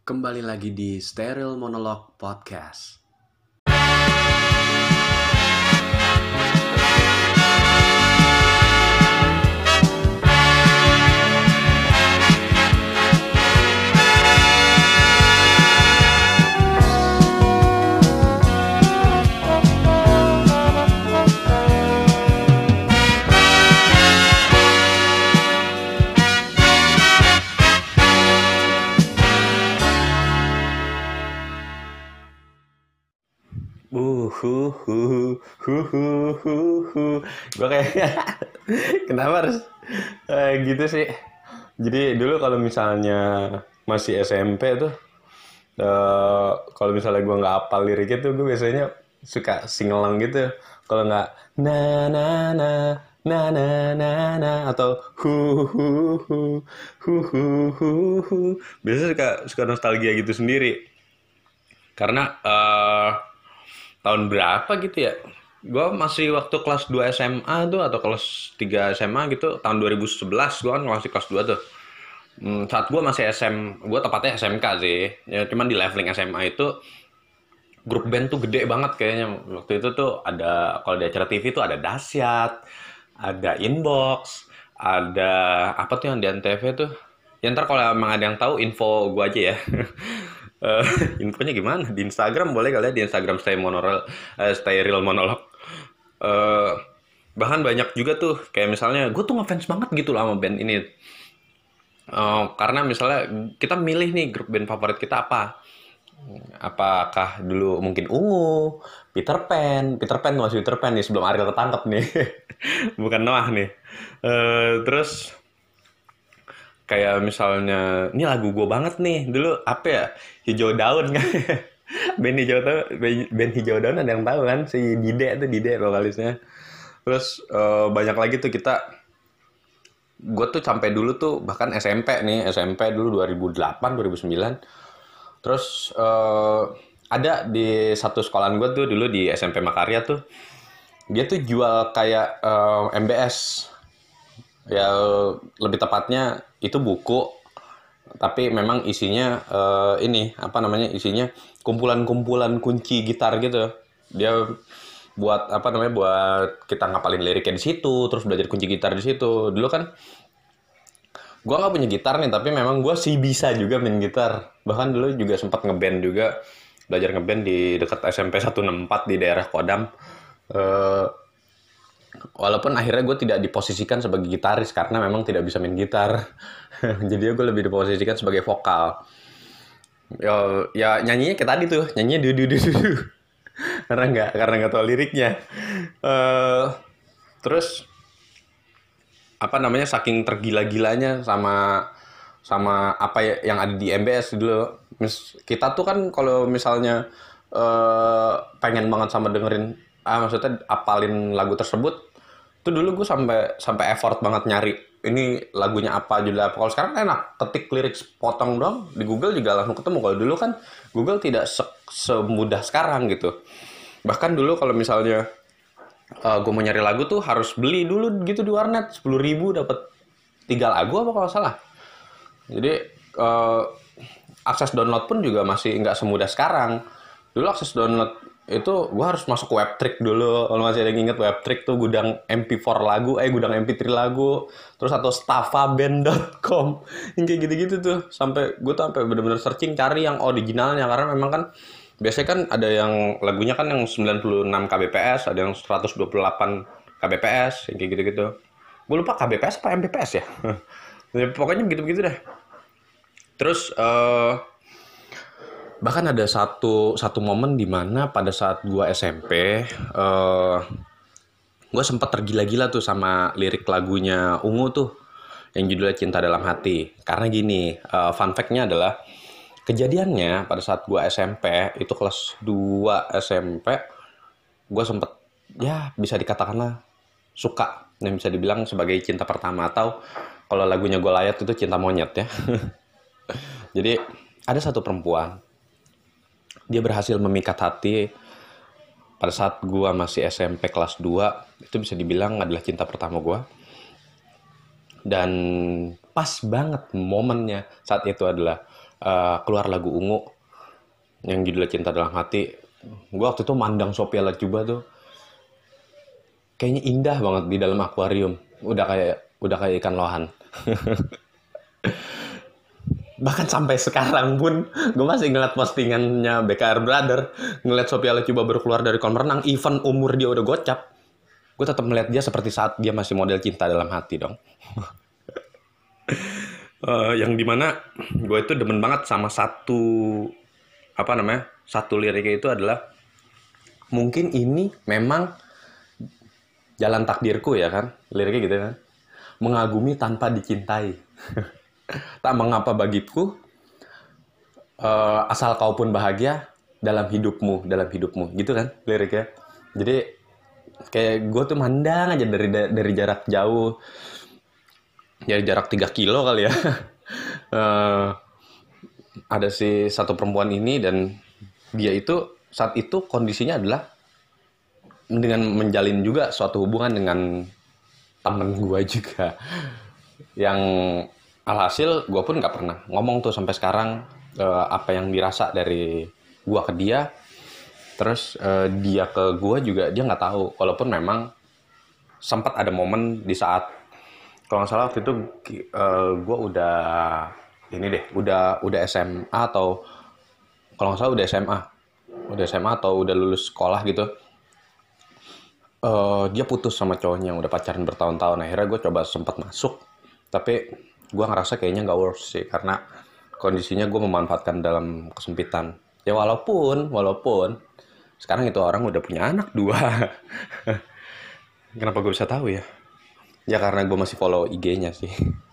Kembali lagi di Steril Monolog Podcast. Gue kayak kenapa harus gitu sih. Jadi dulu kalau misalnya masih SMP tuh, kalau misalnya gue nggak hafal liriknya tuh, gue biasanya suka singelang gitu. Kalau nggak na na na na na na na atau hu, biasanya suka nostalgia gitu sendiri. Karena tahun berapa gitu ya? Gue masih waktu kelas 2 SMA tuh atau kelas 3 SMA gitu, tahun 2011 gue kan masih kelas 2 tuh. Saat gue masih gue tepatnya SMK sih. Ya, cuman di leveling SMA itu grup band tuh gede banget kayaknya. Waktu itu tuh ada, kalau di acara TV tuh ada Dasyat, ada Inbox, ada apa tuh yang di Antv tuh. Ya ntar kalau emang ada yang tahu info gue aja ya. Eh, Infonya gimana? Di Instagram boleh kali ya, di Instagram Stay Real Monolog. Eh, Bahkan banyak juga tuh, kayak misalnya gue tuh ngefans banget gitu lah sama band ini. Karena misalnya kita milih nih grup band favorit kita apa. Apakah dulu mungkin Ungu, Peter Pan masih Peter Pan nih sebelum Ariel ketangkep nih. Bukan Noah nih. Terus kayak misalnya ini lagu gue banget nih dulu apa ya, Hijau Daun kan. Band Hijau Daun ada yang tahu kan, si Dide vokalisnya. Terus banyak lagi tuh gue tuh sampai dulu tuh bahkan SMP dulu 2008 2009. Terus ada di satu sekolahan gue tuh dulu di SMP Makarya tuh, dia tuh jual kayak MBS. Ya lebih tepatnya itu buku, tapi memang isinya isinya kumpulan-kumpulan kunci gitar gitu. Dia buat buat kita ngapalin liriknya di situ, terus belajar kunci gitar di situ. Dulu kan gue nggak punya gitar nih, tapi memang gue sih bisa juga main gitar. Bahkan dulu juga sempat ngeband juga, belajar ngeband di dekat SMP 164 di daerah Kodam. Walaupun akhirnya gue tidak diposisikan sebagai gitaris karena memang tidak bisa main gitar. Jadi gue lebih diposisikan sebagai vokal. Ya nyanyinya kayak tadi tuh, nyanyinya du. Karena nggak tahu liriknya. Terus saking tergila-gilanya sama apa ya yang ada di MBS dulu. Kita tuh kan kalau misalnya pengen banget sama dengerin, maksudnya apalin lagu tersebut, tuh dulu gue sampai effort banget nyari ini lagunya apa, judul apa. Kalau sekarang enak, ketik lirik potong dong di Google juga langsung ketemu. Kalau dulu kan Google tidak semudah sekarang gitu. Bahkan dulu kalau misalnya gue mau nyari lagu tuh harus beli dulu gitu di warnet, 10.000 dapat 3 lagu apa kalau salah. Jadi akses download pun juga masih nggak semudah sekarang. Dulu akses download itu gue harus masuk Webtrick dulu. Kalau masih ada yang inget, Webtrick tuh gudang MP4 lagu, gudang MP3 lagu, terus atau stafaband.com yang kayak gitu-gitu tuh. Gue tuh sampai bener-bener searching cari yang originalnya, karena memang kan biasanya kan ada yang lagunya kan yang 96 kbps, ada yang 128 kbps, yang kayak gitu-gitu. Gue lupa kbps apa mbps ya. Pokoknya begitu-begitu deh. Terus bahkan ada satu momen di mana pada saat gue SMP, gue sempat tergila-gila tuh sama lirik lagunya Ungu tuh yang judulnya Cinta Dalam Hati. Karena gini, fun fact-nya adalah kejadiannya pada saat gue SMP itu kelas 2 SMP, gue sempet ya bisa dikatakanlah suka, yang bisa dibilang sebagai cinta pertama, atau kalau lagunya Goliath itu cinta monyet ya. Jadi ada satu perempuan, dia berhasil memikat hati pada saat gue masih SMP kelas 2. Itu bisa dibilang adalah cinta pertama gue. Dan pas banget momennya saat itu adalah keluar lagu Ungu yang judulnya Cinta Dalam Hati. Gue waktu itu mandang Sophia Latjuba tuh kayaknya indah banget di dalam akuarium. Udah kayak ikan lohan. Bahkan sampai sekarang pun gue masih ngeliat postingannya BKR Brother, ngeliat Sophia Latjuba baru keluar dari kolam renang, even umur dia udah gocap, gue tetap melihat dia seperti saat dia masih model Cinta Dalam Hati dong. Yang dimana gue itu demen banget sama satu liriknya itu adalah, mungkin ini memang jalan takdirku ya kan, liriknya gitu kan, mengagumi tanpa dicintai. Tak mengapa bagiku, asal kau pun bahagia dalam hidupmu gitu kan liriknya. Jadi kayak gue tuh mandang aja dari jarak jauh, ya jarak 3 kilo kali ya. Ada si satu perempuan ini, dan dia itu saat itu kondisinya adalah dengan menjalin juga suatu hubungan dengan temen gue juga, yang alhasil gue pun nggak pernah ngomong tuh sampai sekarang apa yang dirasa dari gue ke dia. Terus dia ke gue juga dia nggak tahu, walaupun memang sempat ada momen di saat, kalau nggak salah waktu itu gue udah SMA, atau kalau nggak salah udah SMA atau udah lulus sekolah gitu. Dia putus sama cowoknya yang udah pacaran bertahun-tahun. Akhirnya gue coba sempat masuk, tapi gue ngerasa kayaknya nggak worth sih, karena kondisinya gue memanfaatkan dalam kesempitan. Ya walaupun sekarang itu orang udah punya anak 2. Kenapa gue bisa tahu ya? Ya karena gue masih follow IG-nya sih.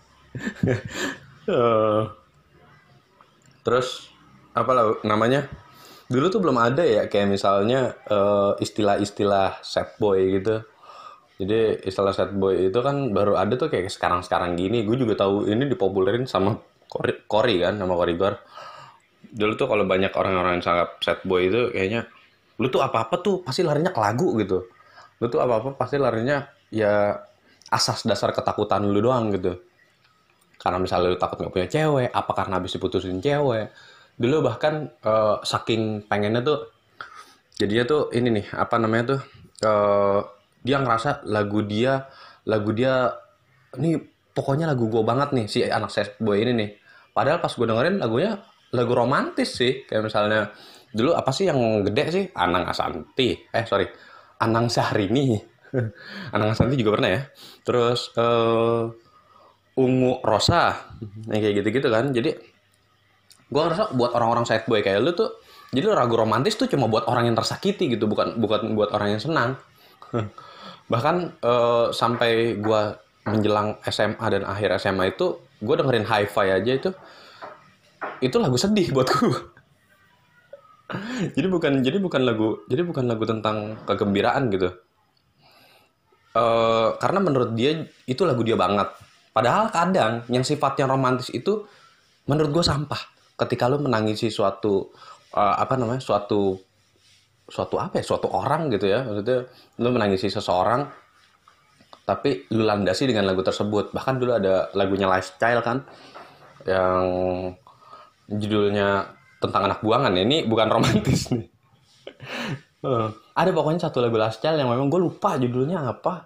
Terus apa namanya? Dulu tuh belum ada ya kayak misalnya istilah-istilah sad boy gitu. Jadi istilah sad boy itu kan baru ada tuh kayak sekarang-sekarang gini. Gue juga tahu ini dipopulerin sama Cory kan, sama Cory Bar. Dulu tuh kalau banyak orang-orang yang sangat sad boy itu kayaknya, lu tuh apa-apa tuh pasti larinya ke lagu gitu. Lu tuh apa-apa pasti larinya ya asas dasar ketakutan lu doang gitu. Karena misalnya lu takut gak punya cewek, apa karena habis diputusin cewek. Dulu bahkan saking pengennya tuh, jadinya tuh ini nih, apa namanya tuh, dia ngerasa lagu dia, ini pokoknya lagu gue banget nih, si anak sad boy ini nih. Padahal pas gue dengerin lagunya, lagu romantis sih. Kayak misalnya, dulu apa sih yang gede sih? Anang Syahrini. Anang Asanti juga pernah ya. Terus Ungu Rosa, yang kayak gitu-gitu kan. Jadi gue ngerasa buat orang-orang sad boy kayak lu tuh, jadi lagu romantis tuh cuma buat orang yang tersakiti gitu, bukan buat orang yang senang. Bahkan sampai gue menjelang SMA dan akhir SMA itu, gue dengerin Hi-Fi aja itu lagu sedih buat gue. jadi bukan lagu tentang kegembiraan gitu. Karena menurut dia itu lagu dia banget. Padahal kadang yang sifatnya romantis itu menurut gue sampah. Ketika lu menangisi suatu suatu orang gitu ya, maksudnya lu menangisi seseorang tapi lu landasi dengan lagu tersebut. Bahkan dulu ada lagunya Lifestyle kan, yang judulnya tentang anak buangan. Ini bukan romantis nih. Ada pokoknya satu lagu Lifestyle yang memang gue lupa judulnya apa.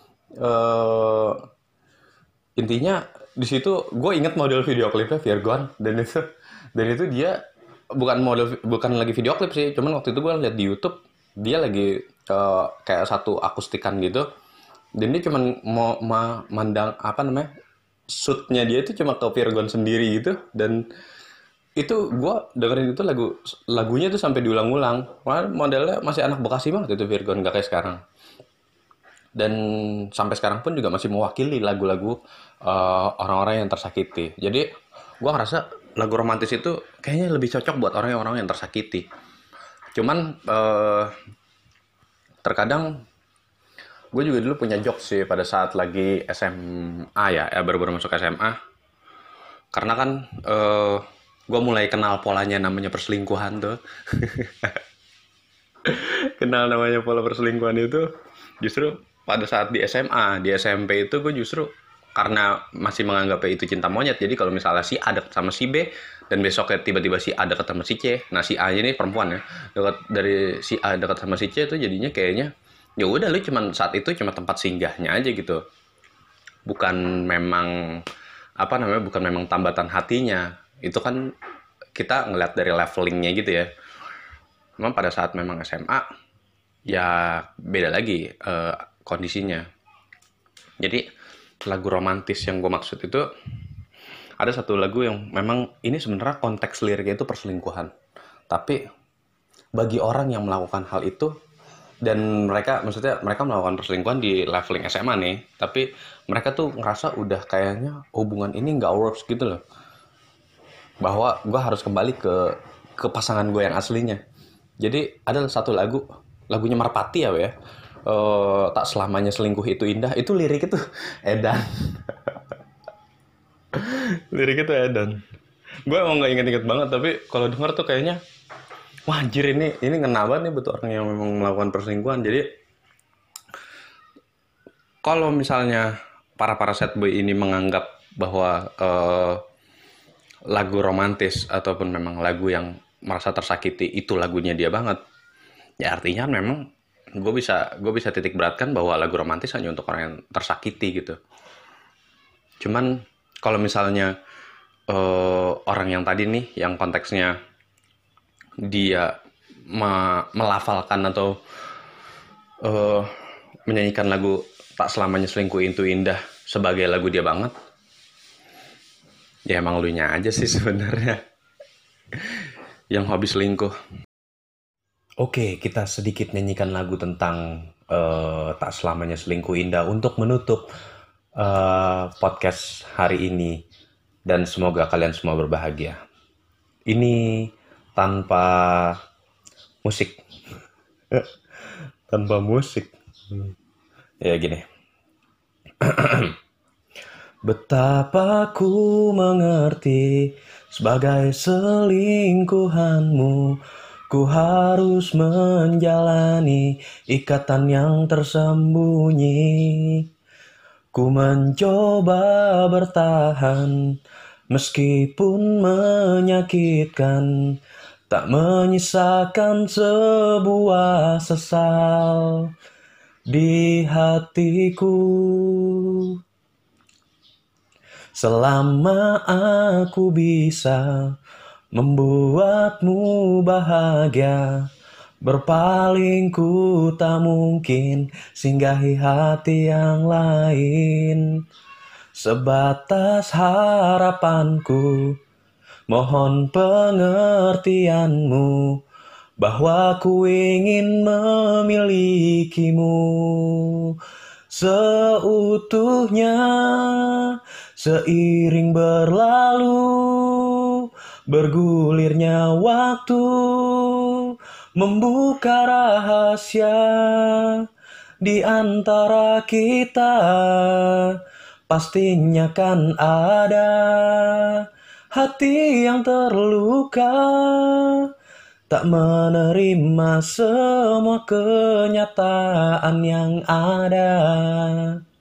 Intinya di situ gue inget model video klipnya Virgon, dan itu dia bukan lagi video klip sih, cuman waktu itu gue lihat di YouTube dia lagi kayak satu akustikan gitu, dan dia cuman mau mandang shootnya dia itu cuma ke Virgon sendiri gitu. Dan itu gue dengerin itu lagunya tuh sampai diulang-ulang. Modelnya masih anak Bekasi banget itu Virgon, gak kayak sekarang. Dan sampai sekarang pun juga masih mewakili lagu-lagu orang-orang yang tersakiti. Jadi gue ngerasa lagu romantis itu kayaknya lebih cocok buat orang-orang yang tersakiti. Cuman terkadang gue juga dulu punya jokes sih pada saat lagi SMA ya baru-baru masuk SMA. Karena kan gue mulai kenal polanya namanya perselingkuhan tuh. Kenal namanya pola perselingkuhan itu justru pada saat di SMA. Di SMP itu gue justru karena masih menganggapnya itu cinta monyet. Jadi kalau misalnya si A deket sama si B dan besoknya tiba-tiba si A deket sama si C, nah si A ini perempuan ya, deket dari si A deket sama si C itu jadinya kayaknya ya udah lu cuman saat itu cuma tempat singgahnya aja gitu. Bukan memang bukan memang tambatan hatinya. Itu kan kita ngeliat dari levelingnya gitu ya. Memang pada saat memang SMA ya beda lagi kondisinya. Jadi lagu romantis yang gue maksud itu ada satu lagu yang memang ini sebenarnya konteks liriknya itu perselingkuhan. Tapi bagi orang yang melakukan hal itu dan mereka melakukan perselingkuhan di leveling SMA nih, tapi mereka tuh ngerasa udah kayaknya hubungan ini nggak works gitu loh, bahwa gue harus kembali ke pasangan gue yang aslinya. Jadi ada satu lagunya Merpati ya, tak selamanya selingkuh itu indah, itu lirik itu edan. Lirik itu edan. Gue emang nggak inget-inget banget, tapi kalau denger tuh kayaknya wah anjir, ini ngena banget nih buat orang yang memang melakukan perselingkuhan. Jadi kalau misalnya para sad boy ini menganggap bahwa lagu romantis ataupun memang lagu yang merasa tersakiti itu lagunya dia banget, ya artinya memang gue bisa titik beratkan bahwa lagu romantis hanya untuk orang yang tersakiti gitu. Cuman kalau misalnya orang yang tadi nih yang konteksnya dia melafalkan atau menyanyikan lagu tak selamanya selingkuh itu indah sebagai lagu dia banget, ya emang lunya aja sih sebenarnya yang hobi selingkuh. Oke, kita sedikit nyanyikan lagu tentang tak selamanya selingkuh indah untuk menutup podcast hari ini, dan semoga kalian semua berbahagia. Ini tanpa musik. Tanpa musik. Ya gini. Betapa ku mengerti sebagai selingkuhanmu, ku harus menjalani ikatan yang tersembunyi. Ku mencoba bertahan meskipun menyakitkan, tak menyisakan sebuah sesal di hatiku. Selama aku bisa membuatmu bahagia, berpaling ku tak mungkin singgahi hati yang lain. Sebatas harapanku, mohon pengertianmu, bahwa ku ingin memilikimu seutuhnya. Seiring berlalu, bergulirnya waktu, membuka rahasia di antara kita, pastinya kan ada hati yang terluka, tak menerima semua kenyataan yang ada.